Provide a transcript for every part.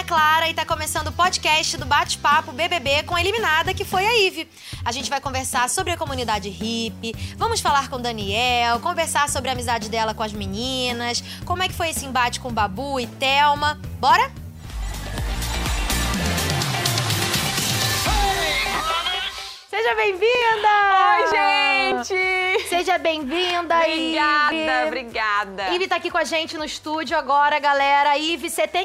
Clara e tá começando o podcast do Bate-Papo BBB com a eliminada, que foi a Ive. A gente vai conversar sobre a comunidade hippie, vamos falar com o Daniel, conversar sobre a amizade dela com as meninas, como é que foi esse embate com Babu e Thelma. Bora? Seja bem-vinda! Oi, gente! Seja bem-vinda, Obrigada, Ive! obrigada. Ive tá aqui com a gente no estúdio agora, galera. Ive,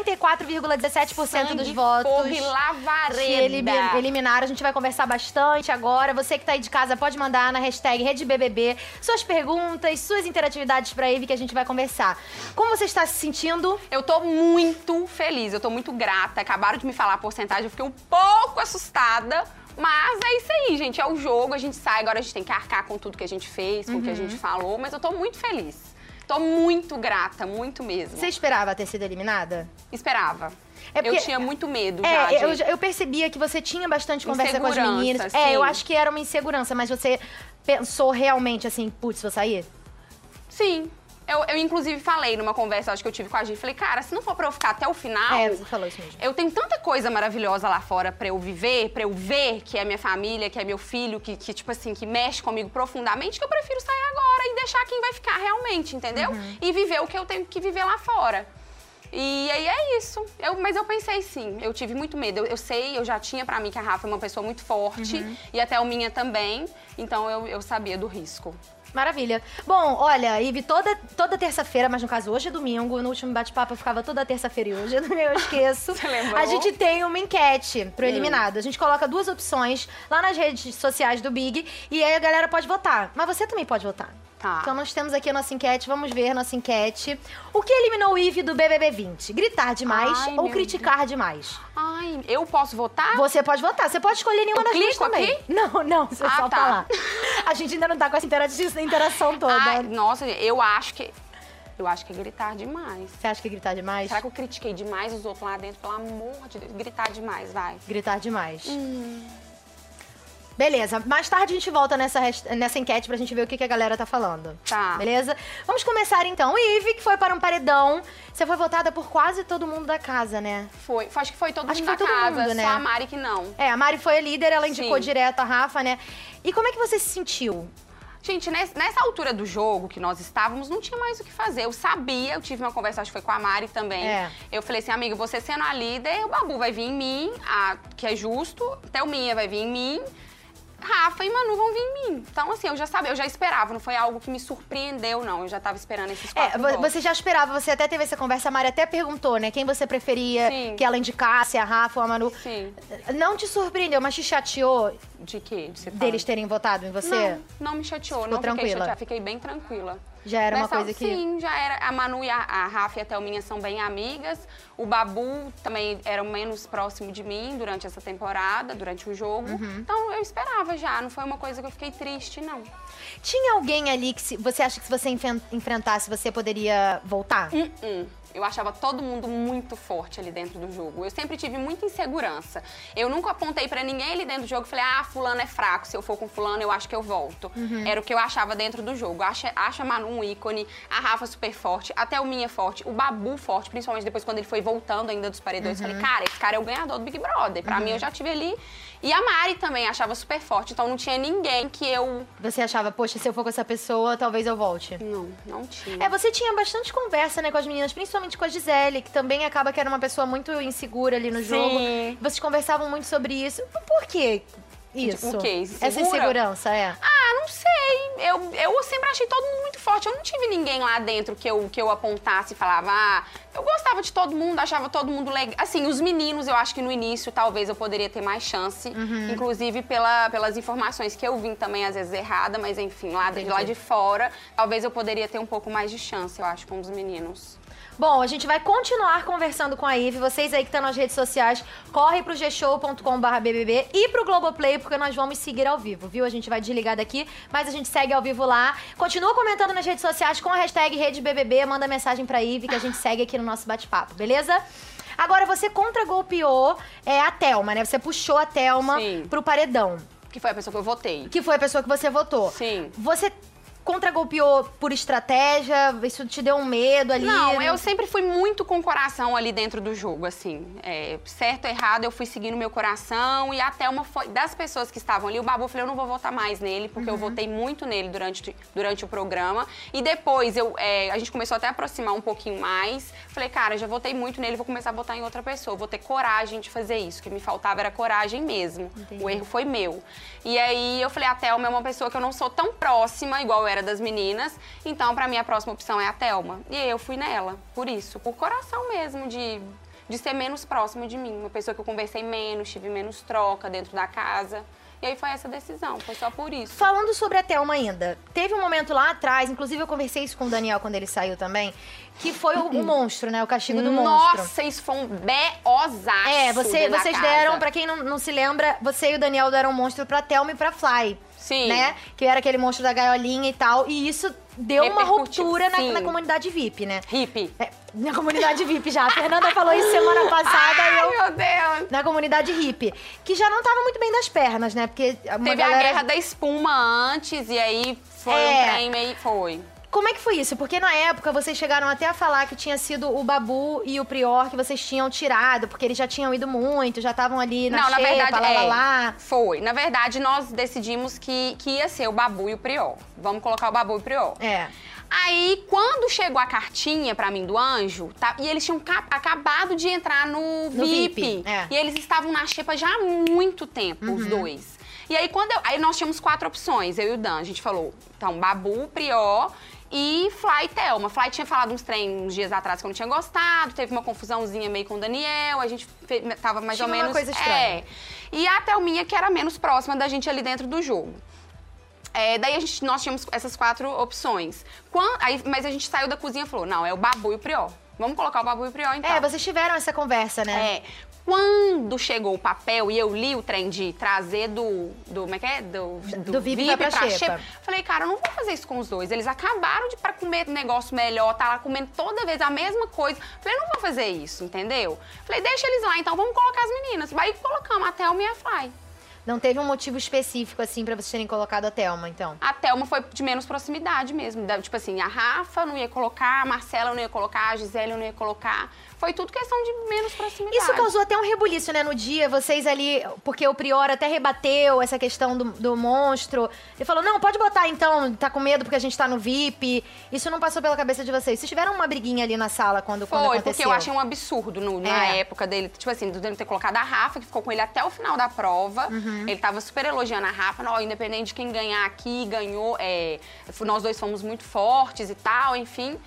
74,17% dos votos. Fogo e lavareda. Eliminaram. A gente vai conversar bastante agora. Você que tá aí de casa pode mandar na hashtag RedeBBB suas perguntas, suas interatividades pra Ive que a gente vai conversar. Como você está se sentindo? Eu tô muito feliz, eu tô muito grata. Acabaram de me falar a porcentagem, eu fiquei um pouco assustada. Mas é isso aí, gente, é o jogo, a gente sai, agora a gente tem que arcar com tudo que a gente fez, com o que a gente falou, mas eu tô muito feliz. Tô muito grata, muito mesmo. Você esperava ter sido eliminada? Esperava. Porque, eu tinha muito medo já. Eu percebia que você tinha bastante conversa com as Insegurança, meninas. sim. Eu acho que era uma insegurança, mas você pensou realmente assim, putz, vou sair? Sim. Eu inclusive falei numa conversa, acho que eu tive com a Gi, falei, cara, se não for pra eu ficar até o final... Você falou isso mesmo. Eu tenho tanta coisa maravilhosa lá fora pra eu viver, pra eu ver que é minha família, que é meu filho, que tipo assim, que mexe comigo profundamente, que eu prefiro sair agora e deixar quem vai ficar realmente, entendeu? E viver o que eu tenho que viver lá fora. E aí é isso. Mas eu pensei sim, eu tive muito medo. Eu sei, eu já tinha pra mim que a Rafa é uma pessoa muito forte, e até o minha também, então eu sabia do risco. Maravilha. Bom, olha, Ive, toda terça-feira, mas no caso hoje é domingo, no último bate-papo eu ficava toda terça-feira e hoje eu esqueço. Você lembrou? A gente tem uma enquete pro eliminado. A gente coloca duas opções lá nas redes sociais do Big e aí a galera pode votar. Mas você também pode votar. Tá. Então nós temos aqui a nossa enquete, vamos ver a nossa enquete. O que eliminou o Ive do BBB 20? Gritar demais ou criticar demais? Ai, eu posso votar? Você pode votar, você pode escolher nenhuma Eu das duas clico também. aqui? Não, você só tá. falar. A gente ainda não tá com essa interação toda. Ai, nossa, eu acho que é gritar demais. Você acha que é gritar demais? Será que eu critiquei demais os outros lá dentro? Pelo amor de Deus, gritar demais, vai. Gritar demais. Beleza, mais tarde a gente volta nessa enquete pra gente ver o que a galera tá falando. Tá. Beleza? Vamos começar então. Ive, que foi para um paredão. Você foi votada por quase todo mundo da casa, né? Acho que foi todo Acho mundo que da foi todo casa, mundo, né? só a Mari que não. A Mari foi a líder, ela indicou Sim. direto a Rafa, né? E como é que você se sentiu? Gente, nessa altura do jogo que nós estávamos, não tinha mais o que fazer. Eu sabia, eu tive uma conversa, acho que foi com a Mari também. Eu falei assim, amiga, você sendo a líder, o Babu vai vir em mim, que é justo, Thelminha vai vir em mim, Rafa e Manu vão vir em mim. Então, assim, eu já sabia, eu já esperava, não foi algo que me surpreendeu, não. Eu já tava esperando esses 4 votos. Você já esperava, você até teve essa conversa, a Mari até perguntou, né? Quem você preferia que ela indicasse, a Rafa ou a Manu. Sim. Não te surpreendeu, mas te chateou De quê? De você deles terem votado em você? Não me chateou, Ficou não fiquei tranquila? chateada, fiquei bem tranquila. Já era uma coisa que... Sim, já era. A Manu e a Rafa e a Thelminha são bem amigas. O Babu também era menos próximo de mim durante essa temporada, durante o jogo. Então eu esperava já, não foi uma coisa que eu fiquei triste, não. Tinha alguém ali que você acha que se você enfrentasse, você poderia voltar? Eu achava todo mundo muito forte ali dentro do jogo. Eu sempre tive muita insegurança. Eu nunca apontei pra ninguém ali dentro do jogo e falei, fulano é fraco, se eu for com fulano eu acho que eu volto. Era o que eu achava dentro do jogo. Acho a Manu um ícone, a Rafa super forte, a Thelminha forte, o Babu forte, principalmente depois quando ele foi voltando ainda dos paredões. Falei, cara, esse cara é o ganhador do Big Brother. Pra mim, eu já tive ali. E a Mari também achava super forte, então não tinha ninguém que eu... Você achava, poxa, se eu for com essa pessoa, talvez eu volte? Não tinha. Você tinha bastante conversa, né, com as meninas, principalmente com a Gisele, que também acaba que era uma pessoa muito insegura ali no jogo. Vocês conversavam muito sobre isso. Por que isso? O quê? Essa insegurança, não sei. Eu sempre achei todo mundo muito forte. Eu não tive ninguém lá dentro que eu apontasse e falava, eu gostava de todo mundo, achava todo mundo legal. Assim, os meninos, eu acho que no início talvez eu poderia ter mais chance. Inclusive pelas informações que eu vim também, às vezes errada, mas enfim, lá de fora, talvez eu poderia ter um pouco mais de chance, eu acho, com os meninos. Bom, a gente vai continuar conversando com a Ive. Vocês aí que estão nas redes sociais, corre pro gshow.com/bbb e pro Globoplay, porque nós vamos seguir ao vivo, viu? A gente vai desligar daqui, mas a gente segue ao vivo lá. Continua comentando nas redes sociais com a hashtag RedeBBB, manda mensagem pra Ive que a gente segue aqui no nosso bate-papo, beleza? Agora, você contra-golpeou a Thelma, né? Você puxou a Thelma pro paredão. Que foi a pessoa que eu votei. Que foi a pessoa que você votou. Sim. Você contragolpeou por estratégia? Isso te deu um medo ali? Não, eu sempre fui muito com o coração ali dentro do jogo, assim. Certo ou errado, eu fui seguindo meu coração e até das pessoas que estavam ali, o Babu, eu falei, eu não vou votar mais nele, porque eu votei muito nele durante o programa. E depois, a gente começou até a aproximar um pouquinho mais. Falei, cara, já votei muito nele, vou começar a votar em outra pessoa. Vou ter coragem de fazer isso. O que me faltava era coragem mesmo. Entendi. O erro foi meu. E aí, eu falei, a Thelma é uma pessoa que eu não sou tão próxima, igual eu era das meninas. Então, pra mim, a próxima opção é a Thelma. E aí, eu fui nela, por isso. Por coração mesmo, de ser menos próxima de mim. Uma pessoa que eu conversei menos, tive menos troca dentro da casa. E aí foi essa decisão, foi só por isso. Falando sobre a Thelma ainda, teve um momento lá atrás, inclusive eu conversei isso com o Daniel quando ele saiu também, que foi o monstro, né? O castigo do monstro. Nossa, isso foi um B.O.zaço. Vocês deram, pra quem não se lembra, você e o Daniel deram um monstro pra Thelma e pra Fly. Sim. Né? Que era aquele monstro da gaiolinha e tal. E isso deu uma ruptura na comunidade VIP, né? Hippie. Na comunidade VIP já. A Fernanda falou isso semana passada. Ai, meu Deus. Na comunidade hippie. Que já não tava muito bem das pernas, né? Porque teve a guerra da espuma antes, e aí foi um trem meio... Foi. Como é que foi isso? Porque na época vocês chegaram até a falar que tinha sido o Babu e o Prior que vocês tinham tirado, porque eles já tinham ido muito, já estavam ali na xepa, verdade, lá. Foi. Na verdade, nós decidimos que ia ser o Babu e o Prior. Vamos colocar o Babu e o Prior. Aí, quando chegou a cartinha pra mim do anjo, e eles tinham acabado de entrar no VIP. E eles estavam na xepa já há muito tempo, os dois. E aí, aí nós tínhamos 4 opções, eu e o Dan. A gente falou, então, Babu, Prior e Fly e Thelma. Fly tinha falado uns dias atrás que eu não tinha gostado, teve uma confusãozinha meio com o Daniel, a gente tava mais ou menos... uma coisa estranha. E a Thelminha, que era menos próxima da gente ali dentro do jogo. Daí nós tínhamos essas 4 opções. Mas a gente saiu da cozinha e falou, não, é o Babu e o Prior. Vamos colocar o Babu e o Prior, então. Vocês tiveram essa conversa, né? Quando chegou o papel e eu li o trem de trazer como é que é? Do VIP pra xepa. Falei, cara, eu não vou fazer isso com os dois. Eles acabaram pra comer um negócio melhor, tá lá comendo toda vez a mesma coisa. Falei, eu não vou fazer isso, entendeu? Falei, deixa eles lá, então vamos colocar as meninas. Aí colocamos a Thelma e a Fly. Não teve um motivo específico, assim, pra vocês terem colocado a Thelma, então? A Thelma foi de menos proximidade mesmo. Tipo assim, a Rafa não ia colocar, a Marcela não ia colocar, a Gisele não ia colocar. Foi tudo questão de menos proximidade. Isso causou até um rebuliço, né, no dia, vocês ali, porque o Prior até rebateu essa questão do monstro. Ele falou, não, pode botar então, tá com medo porque a gente tá no VIP. Isso não passou pela cabeça de vocês? Vocês tiveram uma briguinha ali na sala quando aconteceu? Foi, porque eu achei um absurdo na época dele. Tipo assim, do ter colocado a Rafa, que ficou com ele até o final da prova. Ele tava super elogiando a Rafa, não, independente de quem ganhar aqui, ganhou. Nós dois fomos muito fortes e tal, enfim.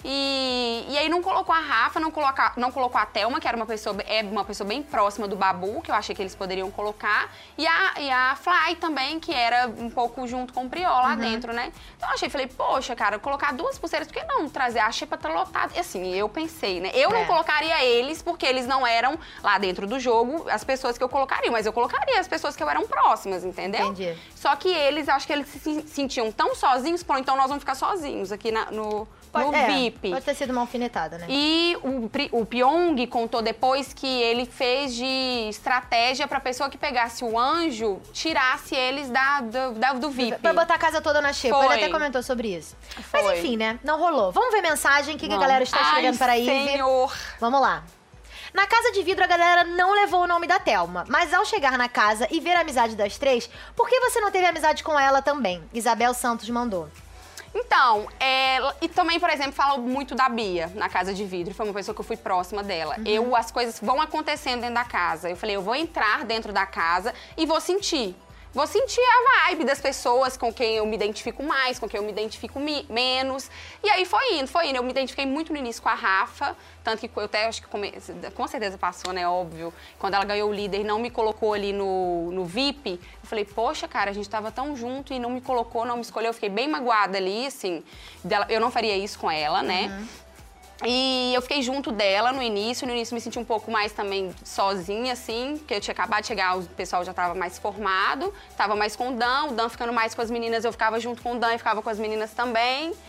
E aí não colocou a Rafa, não colocou a Thelma, que era uma pessoa bem próxima do Babu, que eu achei que eles poderiam colocar. E a Fly também, que era um pouco junto com o Prior lá dentro, né? Então eu falei, poxa, cara, colocar 2 pulseiras, por que não trazer? A xepa tá lotada. E assim, eu pensei, né? Eu não colocaria eles, porque eles não eram lá dentro do jogo as pessoas que eu colocaria, mas eu colocaria as pessoas que eu eram próximas, entendeu? Entendi. Só que acho que eles se sentiam tão sozinhos, pô, então nós vamos ficar sozinhos aqui no VIP. Pode ter sido uma alfinetada, né? E o Pyong contou depois que ele fez de estratégia pra pessoa que pegasse o anjo, tirasse eles do VIP. Pra botar a casa toda na xepa. Ele até comentou sobre isso. Mas enfim, né? Não rolou. Vamos ver mensagem, o que a galera está escrevendo para aí. Senhor! Vamos lá. Na Casa de Vidro, a galera não levou o nome da Thelma. Mas ao chegar na casa e ver a amizade das 3, por que você não teve amizade com ela também? Isabel Santos mandou. Então, e também, por exemplo, falo muito da Bia na Casa de Vidro. Foi uma pessoa que eu fui próxima dela. As coisas vão acontecendo dentro da casa. Eu falei, eu vou entrar dentro da casa e vou sentir. Vou sentir a vibe das pessoas com quem eu me identifico mais, com quem eu me identifico menos. E aí foi indo. Eu me identifiquei muito no início com a Rafa, tanto que eu até acho que com certeza passou, né, óbvio. Quando ela ganhou o líder e não me colocou ali no VIP, eu falei, poxa, cara, a gente tava tão junto e não me colocou, não me escolheu. Eu fiquei bem magoada ali, assim. Eu não faria isso com ela, né? E eu fiquei junto dela no início me senti um pouco mais também sozinha, assim, porque eu tinha acabado de chegar, o pessoal já estava mais formado, estava mais com o Dan ficando mais com as meninas, eu ficava junto com o Dan e ficava com as meninas também.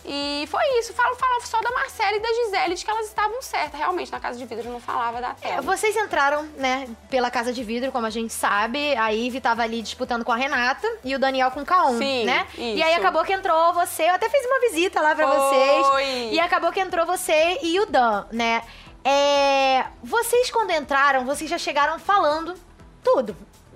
E foi isso. Falava só da Marcela e da Gisele, de que elas estavam certas. Realmente, na Casa de Vidro não falava da tela. Vocês entraram, né, pela Casa de Vidro, como a gente sabe. A Ivy tava ali disputando com a Renata e o Daniel com o K1, Sim, né? isso. E aí acabou que entrou você. Eu até fiz uma visita lá pra vocês. E acabou que entrou você e o Dan, né? Vocês, quando entraram, vocês já chegaram falando tudo.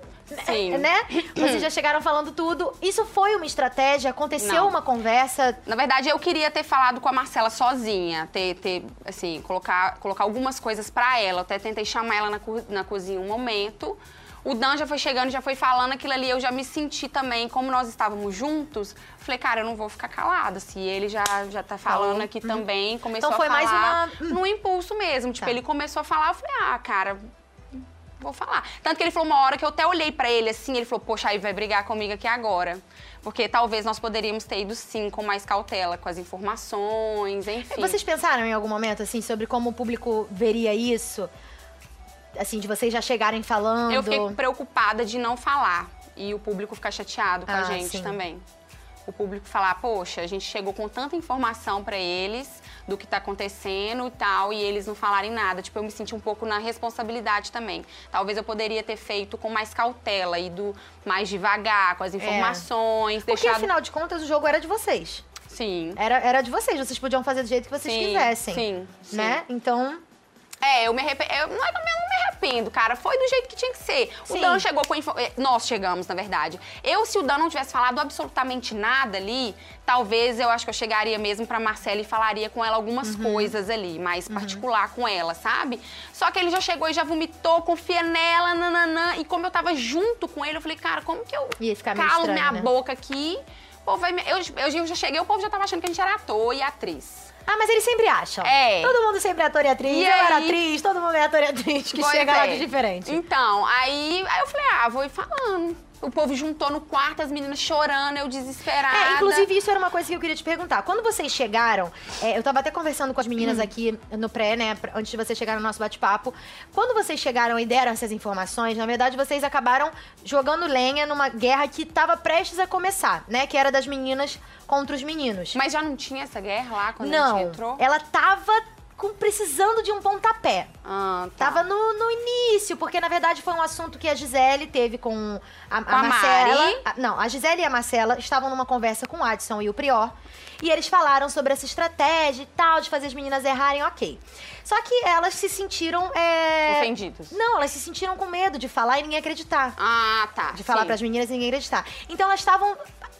Sim. Né? Vocês já chegaram falando tudo. Isso foi uma estratégia? Aconteceu uma conversa? Na verdade, eu queria ter falado com a Marcela sozinha. Assim, colocar algumas coisas pra ela. Eu até tentei chamar ela na cozinha um momento. O Dan já foi chegando, já foi falando aquilo ali. Eu já me senti também, como nós estávamos juntos. Falei, cara, eu não vou ficar calada. Se ele já tá falando aqui também, começou então foi a falar mais no impulso mesmo. Tipo, ele começou a falar, eu falei, cara... vou falar. Tanto que ele falou uma hora que eu até olhei pra ele assim, ele falou, poxa, aí vai brigar comigo aqui agora. Porque talvez nós poderíamos ter ido sim com mais cautela, com as informações, enfim. Vocês pensaram em algum momento, assim, sobre como o público veria isso? Assim, de vocês já chegarem falando? Eu fiquei preocupada de não falar e o público ficar chateado com a gente sim. também. O público falar, poxa, a gente chegou com tanta informação pra eles do que tá acontecendo e tal, e eles não falarem nada. Tipo, eu me senti um pouco na responsabilidade também. Talvez eu poderia ter feito com mais cautela, ido mais devagar com as informações. Porque, afinal de contas, o jogo era de vocês. Sim. Era de vocês, vocês podiam fazer do jeito que vocês quisessem. Sim. Né? Então... eu me arrependo. Eu não me arrependo, cara. Foi do jeito que tinha que ser. Sim. O Dan chegou com nós chegamos, na verdade. Se o Dan não tivesse falado absolutamente nada ali, talvez eu acho que eu chegaria mesmo pra Marcela e falaria com ela algumas coisas ali, mais particular com ela, sabe? Só que ele já chegou e já vomitou, confia nela, nananã. E como eu tava junto com ele, eu falei, cara, como que eu calo minha boca aqui? O povo eu já cheguei, o povo já tava achando que a gente era ator e atriz. Ah, mas eles sempre acham. Todo mundo sempre é ator e atriz. Eu era atriz, todo mundo é ator e atriz, que chega lá de diferente. Então, aí eu falei, vou ir falando. O povo juntou no quarto, as meninas chorando, eu desesperada. Inclusive, isso era uma coisa que eu queria te perguntar. Quando vocês chegaram, eu tava até conversando com as meninas aqui no pré, né, antes de vocês chegarem no nosso bate-papo. Quando vocês chegaram e deram essas informações, na verdade, vocês acabaram jogando lenha numa guerra que tava prestes a começar, né, que era das meninas contra os meninos. Mas já não tinha essa guerra lá quando a gente entrou? Não, ela tava precisando de um pontapé. Tá. Tava no início, porque na verdade foi um assunto que a Gisele teve com a Marcela. Mari. Não, a Gisele e a Marcela estavam numa conversa com o Adson e o Prior. E eles falaram sobre essa estratégia e tal, de fazer as meninas errarem, ok. Só que elas se sentiram... ofendidas. Não, elas se sentiram com medo de falar e ninguém acreditar. Tá. De falar pras meninas e ninguém acreditar. Então elas estavam...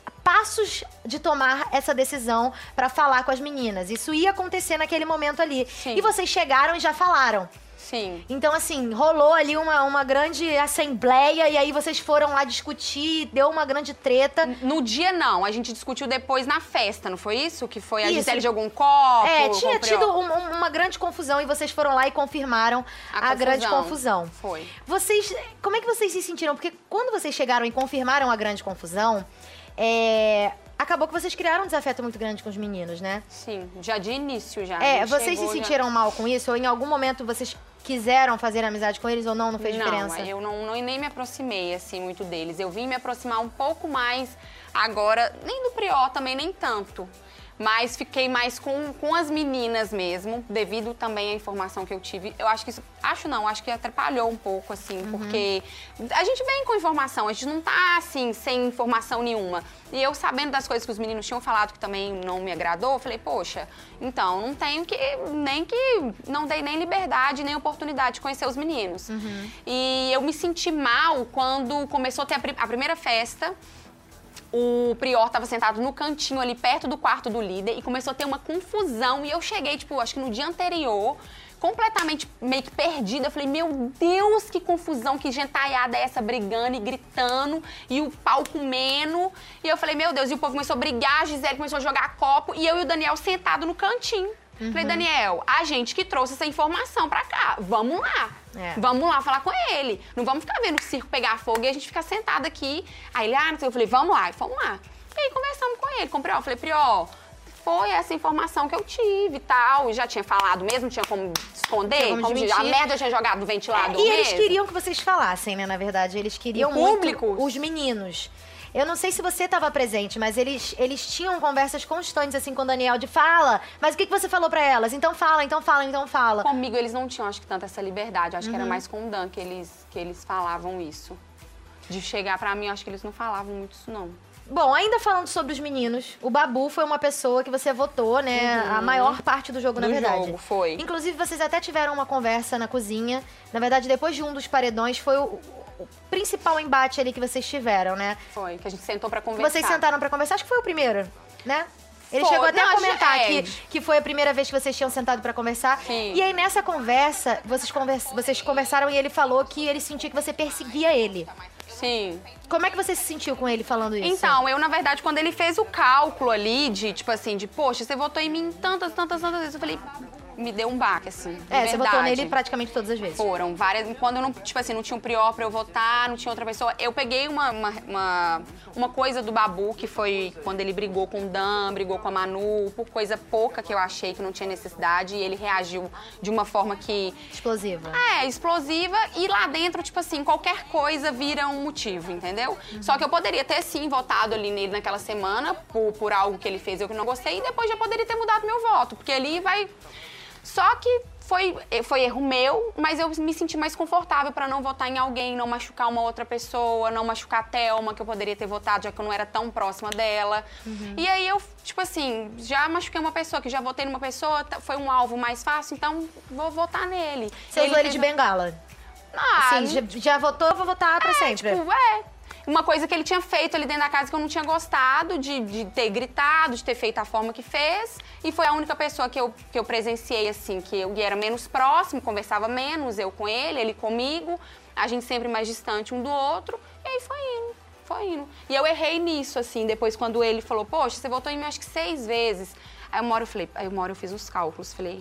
passos de tomar essa decisão pra falar com as meninas. Isso ia acontecer naquele momento ali. Sim. E vocês chegaram e já falaram. Sim. Então, assim, rolou ali uma grande assembleia e aí vocês foram lá discutir, deu uma grande treta. No dia, não. A gente discutiu depois na festa, não foi isso? Que foi a Gisele jogou um copo. Tinha tido uma grande confusão e vocês foram lá e confirmaram a grande confusão. Foi. Como é que vocês se sentiram? Porque quando vocês chegaram e confirmaram a grande confusão... acabou que vocês criaram um desafeto muito grande com os meninos, né? Sim, já de início já. Vocês se sentiram mal com isso? Ou em algum momento vocês quiseram fazer amizade com eles ou não fez diferença? Não, eu nem me aproximei, assim, muito deles. Eu vim me aproximar um pouco mais agora, nem do Prior também, nem tanto. Mas fiquei mais com as meninas mesmo, devido também à informação que eu tive. Eu acho que isso... Acho que atrapalhou um pouco, assim, porque a gente vem com informação, a gente não tá, assim, sem informação nenhuma. E eu, sabendo das coisas que os meninos tinham falado que também não me agradou, eu falei, poxa, então, não tenho não dei nem liberdade, nem oportunidade de conhecer os meninos. E eu me senti mal quando começou a ter a primeira festa. O Prior tava sentado no cantinho ali, perto do quarto do líder, e começou a ter uma confusão. E eu cheguei, tipo, acho que no dia anterior, completamente meio que perdida. Eu falei, meu Deus, que confusão, que gentaiada é essa, brigando e gritando, e o pau comendo. E eu falei, meu Deus, e o povo começou a brigar, a Gisele começou a jogar copo, e eu e o Daniel sentado no cantinho. Falei, Daniel, a gente que trouxe essa informação pra cá, vamos lá. Vamos lá falar com ele. Não vamos ficar vendo o circo pegar fogo e a gente ficar sentado aqui. Aí ele, não sei, eu falei, vamos lá. E fomos lá. E aí conversamos com ele, com o Prior. Eu falei, Prior, foi essa informação que eu tive e tal. E já tinha falado mesmo, não tinha como esconder. A merda tinha jogado no ventilador mesmo. E eles queriam que vocês falassem, né, na verdade. Eles queriam muito os meninos. Eu não sei se você estava presente, mas eles tinham conversas constantes, assim, com o Daniel, de fala, mas o que você falou pra elas? Então fala, então fala, então fala. Comigo eles não tinham, acho que, tanta essa liberdade. Acho que era mais com o Dan que eles falavam isso. De chegar pra mim, acho que eles não falavam muito isso, não. Bom, ainda falando sobre os meninos, o Babu foi uma pessoa que você votou, né? A maior parte do jogo, na verdade. Do jogo, foi. Inclusive, vocês até tiveram uma conversa na cozinha. Na verdade, depois de um dos paredões, foi o principal embate ali que vocês tiveram, né? Foi, que a gente sentou pra conversar. Vocês sentaram pra conversar, acho que foi o primeiro, né? Ele Foi. chegou até a comentar é. que foi a primeira vez que vocês tinham sentado pra conversar. Sim. E aí, nessa conversa, vocês conversaram e ele falou que ele sentia que você perseguia ele. Sim. Como é que você se sentiu com ele falando isso? Então, eu, na verdade, quando ele fez o cálculo ali de, tipo assim, de, poxa, você votou em mim tantas vezes, eu falei, me deu um baque, assim, você votou nele praticamente todas as vezes. Foram várias, quando eu não, tipo assim, não tinha um prior pra eu votar, não tinha outra pessoa, eu peguei uma coisa do Babu, que foi quando ele brigou com o Dan, brigou com a Manu, por coisa pouca que eu achei que não tinha necessidade, e ele reagiu de uma forma que... Explosiva. Explosiva, e lá dentro, tipo assim, qualquer coisa vira um motivo, entendeu? Só que eu poderia ter, sim, votado ali nele naquela semana, por algo que ele fez eu que não gostei, e depois já poderia ter mudado meu voto, porque ali vai... Só que foi erro meu, mas eu me senti mais confortável pra não votar em alguém, não machucar uma outra pessoa, não machucar a Thelma, que eu poderia ter votado, já que eu não era tão próxima dela. E aí eu, tipo assim, já machuquei uma pessoa, que já votei numa pessoa, foi um alvo mais fácil, então vou votar nele. Você usou ele de bengala? Assim, já votou, eu vou votar pra sempre. Tipo, uma coisa que ele tinha feito ali dentro da casa que eu não tinha gostado, de ter gritado, de ter feito a forma que fez. E foi a única pessoa que eu presenciei, assim, que eu era menos próximo, conversava menos, eu com ele comigo. A gente sempre mais distante um do outro. E aí foi indo. E eu errei nisso, assim, depois quando ele falou, poxa, você votou em mim acho que 6 vezes. Aí uma hora eu fiz os cálculos, falei...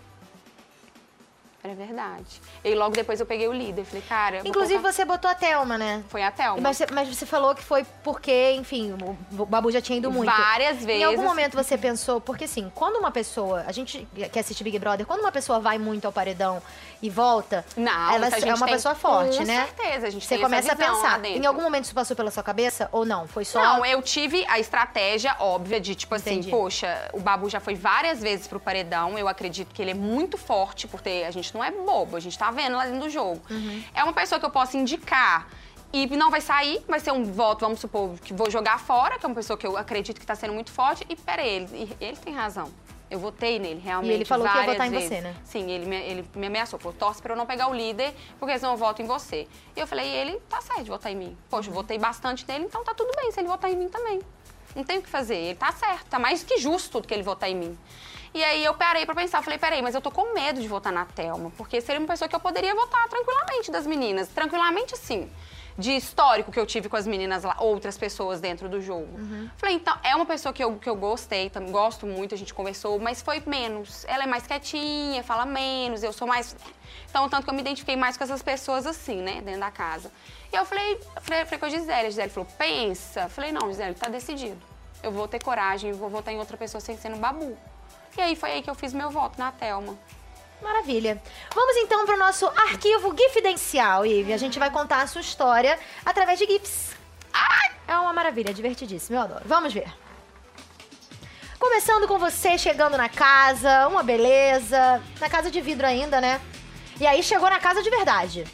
Era verdade. E logo depois eu peguei o líder. Falei, cara... Inclusive você botou a Thelma, né? Foi a Thelma. Mas você falou que foi porque, enfim, o Babu já tinha ido muito. Várias vezes. Em algum momento você pensou... Porque assim, quando uma pessoa... A gente que assiste Big Brother, quando uma pessoa vai muito ao paredão e volta... Não, ela é uma pessoa forte, né? Com certeza, a gente Você tem começa essa visão a pensar. lá dentro. Em algum momento isso passou pela sua cabeça ou não? Foi só... Não, eu tive a estratégia óbvia de, tipo Entendi. assim, poxa, o Babu já foi várias vezes pro paredão. Eu acredito que ele é muito forte, porque a gente não é bobo, a gente tá vendo lá dentro do jogo. É uma pessoa que eu posso indicar e não vai sair, vai ser um voto, vamos supor, que vou jogar fora, que é uma pessoa que eu acredito que tá sendo muito forte. E peraí, ele tem razão. Eu votei nele, realmente, E ele falou que ia votar em vezes. você, né? Sim, ele me ameaçou. Falou, torce pra eu não pegar o líder, porque senão eu voto em você. E eu falei, ele tá certo de votar em mim. Poxa, eu votei bastante nele, então tá tudo bem se ele votar em mim também. Não tem o que fazer, ele tá certo, tá mais que justo que ele votar em mim. E aí eu parei pra pensar, falei, peraí, mas eu tô com medo de votar na Thelma, porque seria uma pessoa que eu poderia votar tranquilamente das meninas. Tranquilamente, assim, de histórico que eu tive com as meninas lá, outras pessoas dentro do jogo. Falei, então, é uma pessoa que eu gostei, gosto muito, a gente conversou, mas foi menos. Ela é mais quietinha, fala menos, eu sou mais... Então, tanto que eu me identifiquei mais com essas pessoas assim, né, dentro da casa. E eu falei com a Gisele falou, pensa. Falei, não, Gisele, tá decidido. Eu vou ter coragem, vou votar em outra pessoa sem ser no Babu. E aí foi aí que eu fiz meu voto, na Thelma. Maravilha. Vamos então pro nosso arquivo gifidencial, Ive. A gente vai contar a sua história através de GIFs. É uma maravilha, divertidíssimo, eu adoro. Vamos ver. Começando com você chegando na casa, uma beleza. Na casa de vidro ainda, né? E aí chegou na casa de verdade.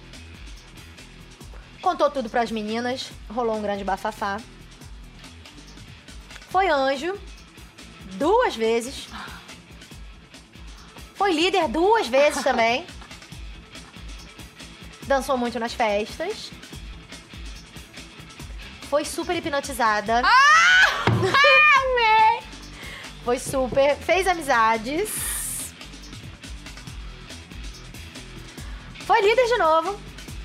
Contou tudo pras meninas, rolou um grande bafafá. Foi anjo 2 vezes. Foi líder 2 vezes também. Dançou muito nas festas. Foi super hipnotizada. Amei! Foi super. Fez amizades. Foi líder de novo.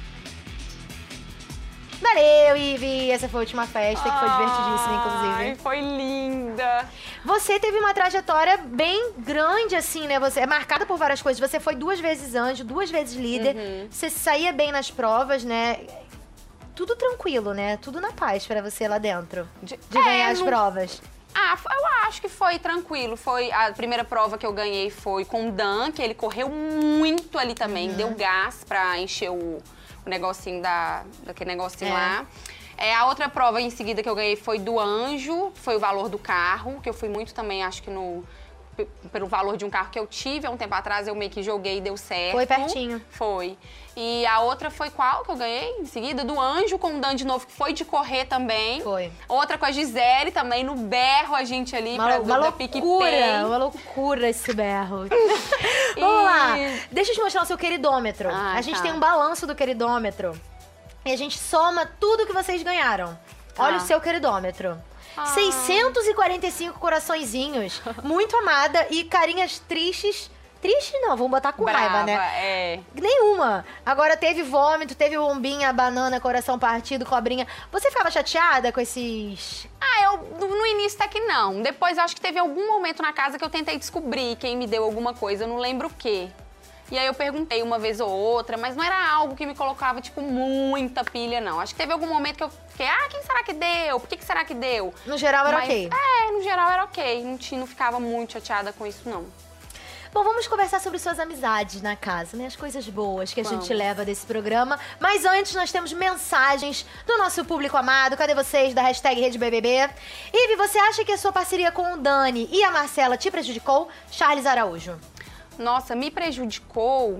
Valeu, Ive. Essa foi a última festa, que foi divertidíssima, inclusive. Ai, foi linda. Você teve uma trajetória bem grande, assim, né? Você é marcada por várias coisas. Você foi 2 vezes anjo, 2 vezes líder. Você saía bem nas provas, né? Tudo tranquilo, né? Tudo na paz pra você lá dentro. De ganhar as provas. Eu acho que foi tranquilo. Foi a primeira prova que eu ganhei foi com o Dan, que ele correu muito ali também. Deu gás pra encher o negocinho daquele negocinho lá. A outra prova em seguida que eu ganhei foi do Anjo, foi o valor do carro, que eu fui muito também, acho que pelo valor de um carro que eu tive há um tempo atrás, eu meio que joguei e deu certo. Foi pertinho. Foi. E a outra foi qual que eu ganhei em seguida? Do Anjo com o Dan de novo, que foi de correr também. Foi. Outra com a Gisele também, no berro a gente ali, uma loucura esse berro. Vamos lá. Deixa eu te mostrar o seu queridômetro. A gente tem um balanço do queridômetro. E a gente soma tudo que vocês ganharam. Olha o seu queridômetro. 645 coraçõezinhos. Muito amada e carinhas tristes. Triste não, vamos botar com raiva, né? Nenhuma. Agora teve vômito, teve bombinha, banana, coração partido, cobrinha. Você ficava chateada com esses... eu no início até que não. Depois acho que teve algum momento na casa que eu tentei descobrir quem me deu alguma coisa, eu não lembro o quê. E aí eu perguntei uma vez ou outra, mas não era algo que me colocava, tipo, muita pilha, não. Acho que teve algum momento que eu fiquei, quem será que deu? Por que será que deu? No geral era ok? No geral era ok. Não ficava muito chateada com isso, não. Bom, vamos conversar sobre suas amizades na casa, né? As coisas boas que a gente leva desse programa. Mas antes, nós temos mensagens do nosso público amado. Cadê vocês? Da hashtag RedeBBB. Ive, você acha que a sua parceria com o Dani e a Marcela te prejudicou? Charles Araújo. Nossa, me prejudicou?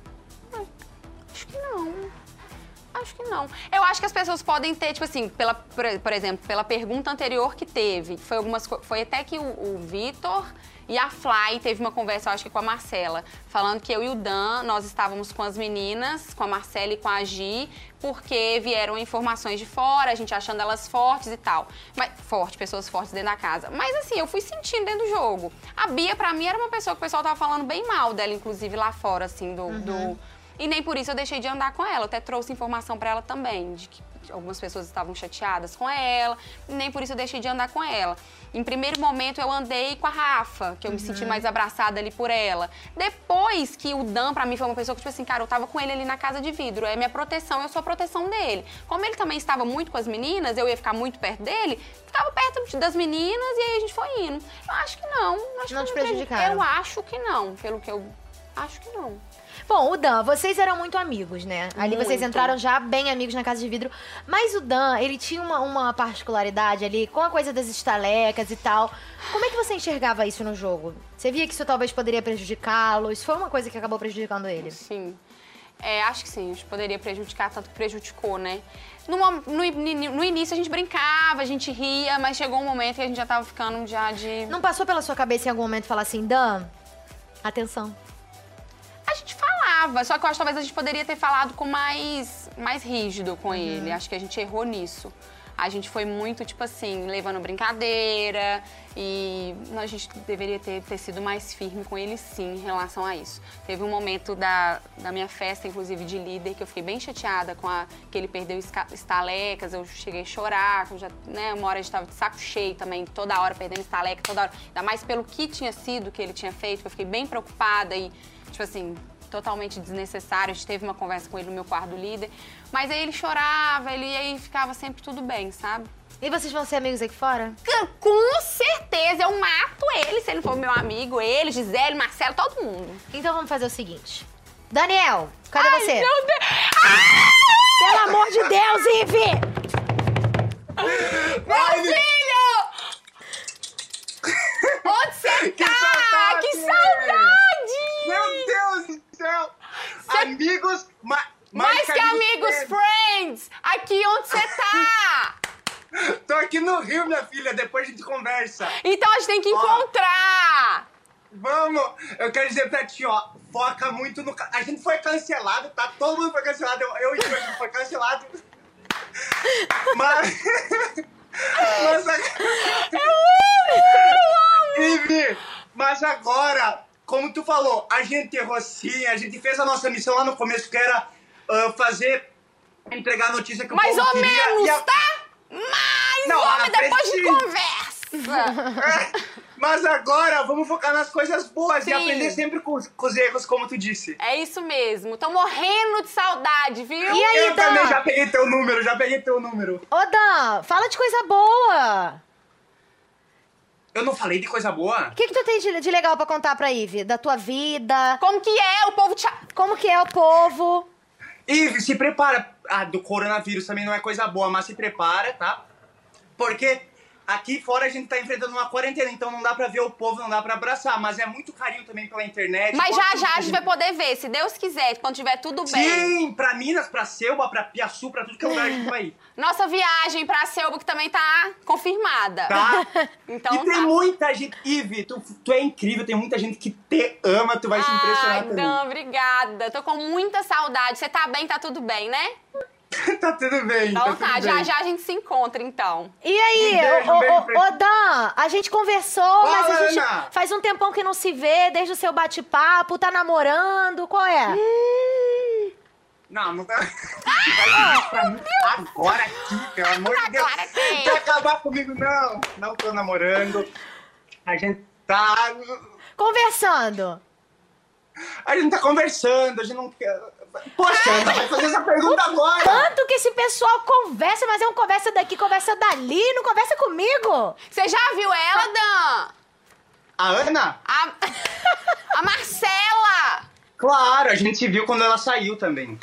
Acho que não. Acho que não. Eu acho que as pessoas podem ter, tipo assim, por exemplo, pela pergunta anterior que teve, foi até que o Vitor e a Fly teve uma conversa, eu acho que com a Marcela, falando que eu e o Dan, nós estávamos com as meninas, com a Marcela e com a Gi, porque vieram informações de fora, a gente achando elas fortes e tal. Pessoas fortes dentro da casa. Mas assim, eu fui sentindo dentro do jogo. A Bia, pra mim, era uma pessoa que o pessoal tava falando bem mal dela, inclusive lá fora, assim, E nem por isso eu deixei de andar com ela. Eu até trouxe informação pra ela também, de que algumas pessoas estavam chateadas com ela, e nem por isso eu deixei de andar com ela. Em primeiro momento eu andei com a Rafa, que eu me senti mais abraçada ali por ela. Depois que o Dan, pra mim, foi uma pessoa que, tipo assim, cara, eu tava com ele ali na casa de vidro, é minha proteção, eu sou a proteção dele. Como ele também estava muito com as meninas, eu ia ficar muito perto dele, ficava perto das meninas e aí a gente foi indo. Eu acho que não. Não te prejudicaram? Eu acho que não, pelo que eu acho que não. Bom, o Dan, vocês eram muito amigos, né? Ali vocês entraram já bem amigos na casa de vidro. Mas o Dan, ele tinha uma particularidade ali com a coisa das estalecas e tal. Como é que você enxergava isso no jogo? Você via que isso talvez poderia prejudicá-lo? Isso foi uma coisa que acabou prejudicando ele? Sim. Acho que sim. Acho que poderia prejudicar, tanto que prejudicou, né? No início a gente brincava, a gente ria, mas chegou um momento que a gente já tava ficando Não passou pela sua cabeça em algum momento falar assim, Dan, atenção. A gente falava, só que eu acho que talvez a gente poderia ter falado com mais rígido com ele. Acho que a gente errou nisso. A gente foi muito, tipo assim, levando brincadeira e a gente deveria ter sido mais firme com ele, sim, em relação a isso. Teve um momento da minha festa, inclusive, de líder, que eu fiquei bem chateada que ele perdeu estalecas, eu cheguei a chorar, que eu já, né, uma hora a gente tava de saco cheio também, toda hora perdendo estaleca, toda hora. Ainda mais pelo que tinha sido, que ele tinha feito, que eu fiquei bem preocupada e, tipo assim, totalmente desnecessário. A gente teve uma conversa com ele no meu quarto do líder. Mas aí ele chorava, aí ficava sempre tudo bem, sabe? E vocês vão ser amigos aqui fora? Com certeza, eu mato ele, se ele for meu amigo, ele, Gisele, Marcelo, todo mundo. Então vamos fazer o seguinte. Daniel, cadê você? Meu Deus! Pelo amor de Deus, Ive! Meu filho! Onde você tá? Que saudade! Meu Deus do céu! Amigos, mais que amigos, friends! Aqui onde você tá? Tô aqui no Rio, minha filha, depois a gente conversa. Então a gente tem que encontrar! Vamos! Eu quero dizer pra ti, ó, foca muito no... A gente foi cancelado, tá? Todo mundo foi cancelado, eu e o a gente foi cancelado. Mas... Ive, mas agora, como tu falou, a gente errou sim, a gente fez a nossa missão lá no começo, que era entregar a notícia que o mais povo ou queria. Menos, tá? Mais ou menos, depois de conversa. Mas agora, vamos focar nas coisas boas sim. E aprender sempre com os erros, como tu disse. É isso mesmo, tô morrendo de saudade, viu? E aí, eu Dan? também já peguei teu número, Ô, Dan, fala de coisa boa. Eu não falei de coisa boa? O que tu tem de legal pra contar pra Ive? Da tua vida? Como que é o povo Como que é o povo? Ive, se prepara. Do coronavírus também não é coisa boa, mas se prepara, tá? Porque aqui fora a gente tá enfrentando uma quarentena, então não dá pra ver o povo, não dá pra abraçar. Mas é muito carinho também pela internet. Mas já a gente vai poder ver, se Deus quiser, quando tiver tudo bem. Sim, pra Minas, pra Selva, pra Piaçu, pra tudo que é lugar a gente vai ir. Nossa viagem pra Selva, que também tá confirmada. Tá? Então e tem muita gente... Ive, tu é incrível, tem muita gente que te ama, tu vai se impressionar também. Não, obrigada. Tô com muita saudade. Você tá bem, tá tudo bem, né? Tá tudo bem, Então tá tudo bem. já a gente se encontra, então. E aí, ô Dan, a gente conversou, Fala, mas a gente Ana. faz um tempão que não se vê, desde o seu bate-papo, tá namorando, qual é? Não tá... pra mim agora aqui, pelo amor de Deus. Agora sim. Quer acabar comigo? Não, não tô namorando. A gente tá... Conversando. A gente tá conversando, a gente não quer... Poxa, Ana, vai fazer essa pergunta agora. Tanto que esse pessoal conversa, mas é um conversa daqui, conversa dali, não conversa comigo. Você já viu ela, Dan? A Ana? A Marcela! Claro, a gente viu quando ela saiu também.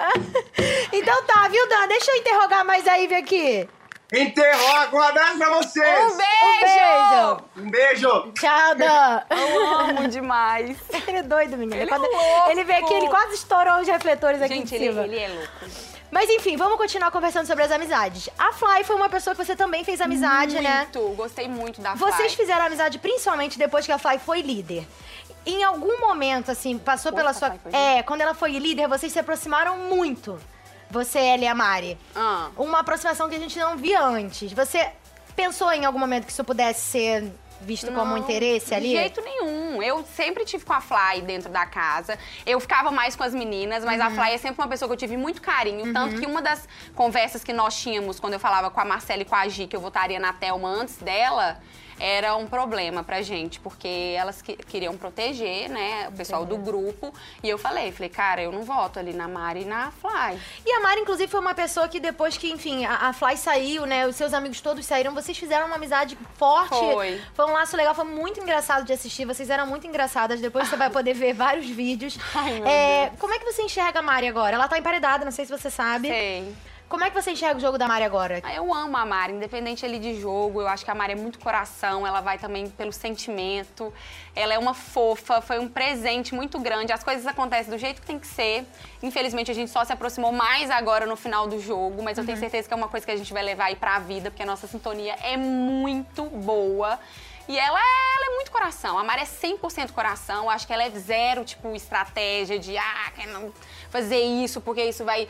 Então tá, viu, Dan? Deixa eu interrogar mais a Ivy aqui. Interroga, um abraço pra vocês. Um beijo! Um beijo. Tchau, Dan. Eu amo demais. Ele é doido, menina. Ele é Quando louco. ele veio aqui, ele quase estourou os refletores aqui Gente, em cima. ele é louco. Mas enfim, vamos continuar conversando sobre as amizades. A Fly foi uma pessoa que você também fez amizade, né? Gostei muito da Fly. Vocês fizeram amizade principalmente depois que a Fly foi líder. Em algum momento, assim, passou pela sua... quando ela foi líder, vocês se aproximaram muito. Você, ela e a Mari. Uma aproximação que a gente não via antes. Você pensou em algum momento que isso pudesse ser visto como um interesse ali? De jeito nenhum. Eu sempre tive com a Fly dentro da casa. Eu ficava mais com as meninas, mas a Fly é sempre uma pessoa que eu tive muito carinho. Tanto que uma das conversas que nós tínhamos quando eu falava com a Marcela e com a Gi, que eu votaria na Thelma antes dela, era um problema pra gente, porque elas queriam proteger, né, o pessoal do grupo. E eu falei, cara, eu não voto ali na Mari e na Fly. E a Mari, inclusive, foi uma pessoa que depois que, enfim, a Fly saiu, né, os seus amigos todos saíram, vocês fizeram uma amizade forte. Foi um laço legal, foi muito engraçado de assistir, vocês eram muito engraçadas. Depois você vai poder ver vários vídeos. Ai, meu Deus. Como é que você enxerga a Mari agora? Ela tá emparedada, não sei se você sabe. Sei. Como é que você enxerga o jogo da Mari agora? Eu amo a Mari, independente ali de jogo. Eu acho que a Mari é muito coração, ela vai também pelo sentimento. Ela é uma fofa, foi um presente muito grande. As coisas acontecem do jeito que tem que ser. Infelizmente, a gente só se aproximou mais agora no final do jogo, mas eu tenho certeza que é uma coisa que a gente vai levar aí pra vida, porque a nossa sintonia é muito boa. E ela é muito coração. A Mari é 100% coração. Eu acho que ela é zero, tipo, estratégia de, quer não fazer isso, porque isso vai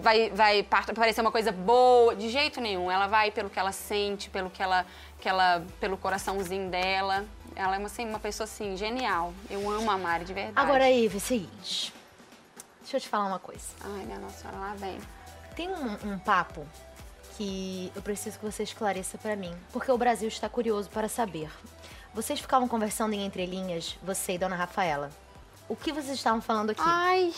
parecer uma coisa boa. De jeito nenhum. Ela vai pelo que ela sente, pelo coraçãozinho dela. Ela é uma pessoa, assim, genial. Eu amo a Mari, de verdade. Agora, Ivy, seguinte. Deixa eu te falar uma coisa. Ai, minha Nossa Senhora, lá vem. Tem um papo que eu preciso que você esclareça pra mim, porque o Brasil está curioso para saber. Vocês ficavam conversando em entrelinhas, você e Dona Rafaela. O que vocês estavam falando aqui? Ai...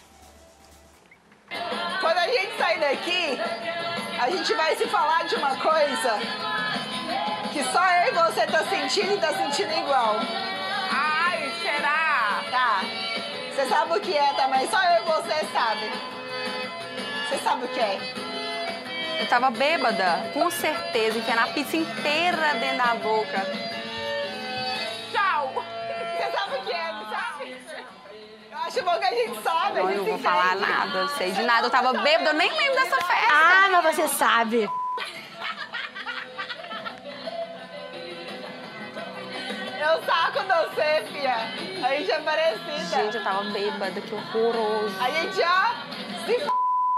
Quando a gente sair daqui, a gente vai se falar de uma coisa que só eu e você tá sentindo e tá sentindo igual. Ai, será? Tá. Você sabe o que é também, só eu e você sabe. Você sabe o que é? Eu tava bêbada, com certeza, enfiando a pizza inteira dentro da boca. Tchau! Você sabe o que é, não sabe? Eu acho bom que a gente sabe. Não, eu não vou falar nada, eu sei de nada. Eu tava bêbada, eu nem lembro dessa festa. Ah, mas você sabe. Eu saco você, fia. A gente é parecida. Gente, eu tava bêbada, que horroroso. A gente, ó, se f...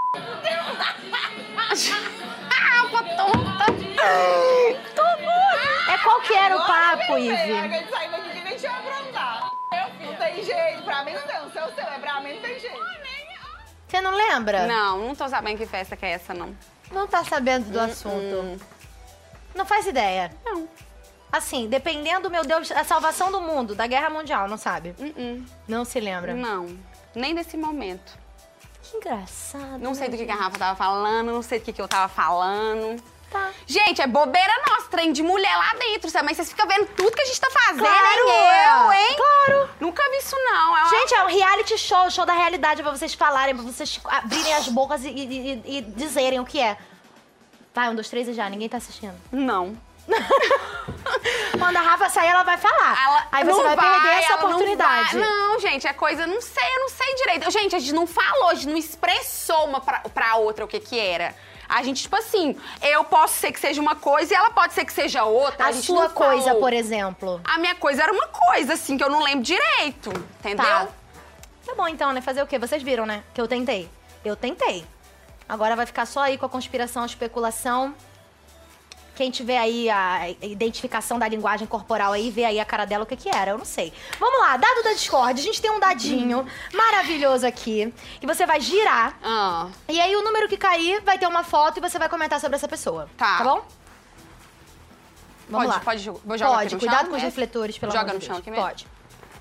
tonta. Qual que era o papo, Ivy? Ivy? A gente saindo aqui que nem tinha aprontar. Não tem jeito, pra mim não tem. O seu é, pra mim não tem jeito. Você não lembra? Não tô sabendo que festa que é essa, não. Não tá sabendo do assunto. Não faz ideia. Não. Assim, dependendo, meu Deus, a salvação do mundo, da Guerra Mundial, não sabe? Não se lembra? Não, nem desse momento. Que engraçado. Não sei do que a gente. Rafa tava falando, não sei do que eu tava falando. Tá. Gente, é bobeira nossa, trem de mulher lá dentro, mas vocês ficam vendo tudo que a gente tá fazendo, Claro, hein? Claro. Nunca vi isso, não. Gente, é um reality show, show da realidade, pra vocês falarem, pra vocês abrirem as bocas e dizerem o que é. Vai, 1, 2, 3 e já, ninguém tá assistindo. Não. Quando a Rafa sair, ela vai falar. Aí você vai perder essa oportunidade. Não, gente, é coisa, eu não sei direito. Gente, a gente não falou, a gente não expressou uma pra outra o que era. A gente, tipo assim, eu posso ser que seja uma coisa e ela pode ser que seja outra. A gente sua não coisa, falou. por exemplo. A minha coisa era uma coisa, assim, que eu não lembro direito, entendeu? Tá bom, então, né? Fazer o quê? Vocês viram, né? Que eu tentei. Eu tentei. Agora vai ficar só aí com a conspiração, a especulação. Quem tiver aí a identificação da linguagem corporal aí, vê aí a cara dela o que era, eu não sei. Vamos lá, dado da Discord. A gente tem um dadinho maravilhoso aqui, que você vai girar. E aí o número que cair vai ter uma foto e você vai comentar sobre essa pessoa. Tá Tá bom? Vamos lá. Vou jogar aqui no cuidado chão com os mesmo? refletores, pelo Joga amor no de chão Deus. aqui mesmo? Pode.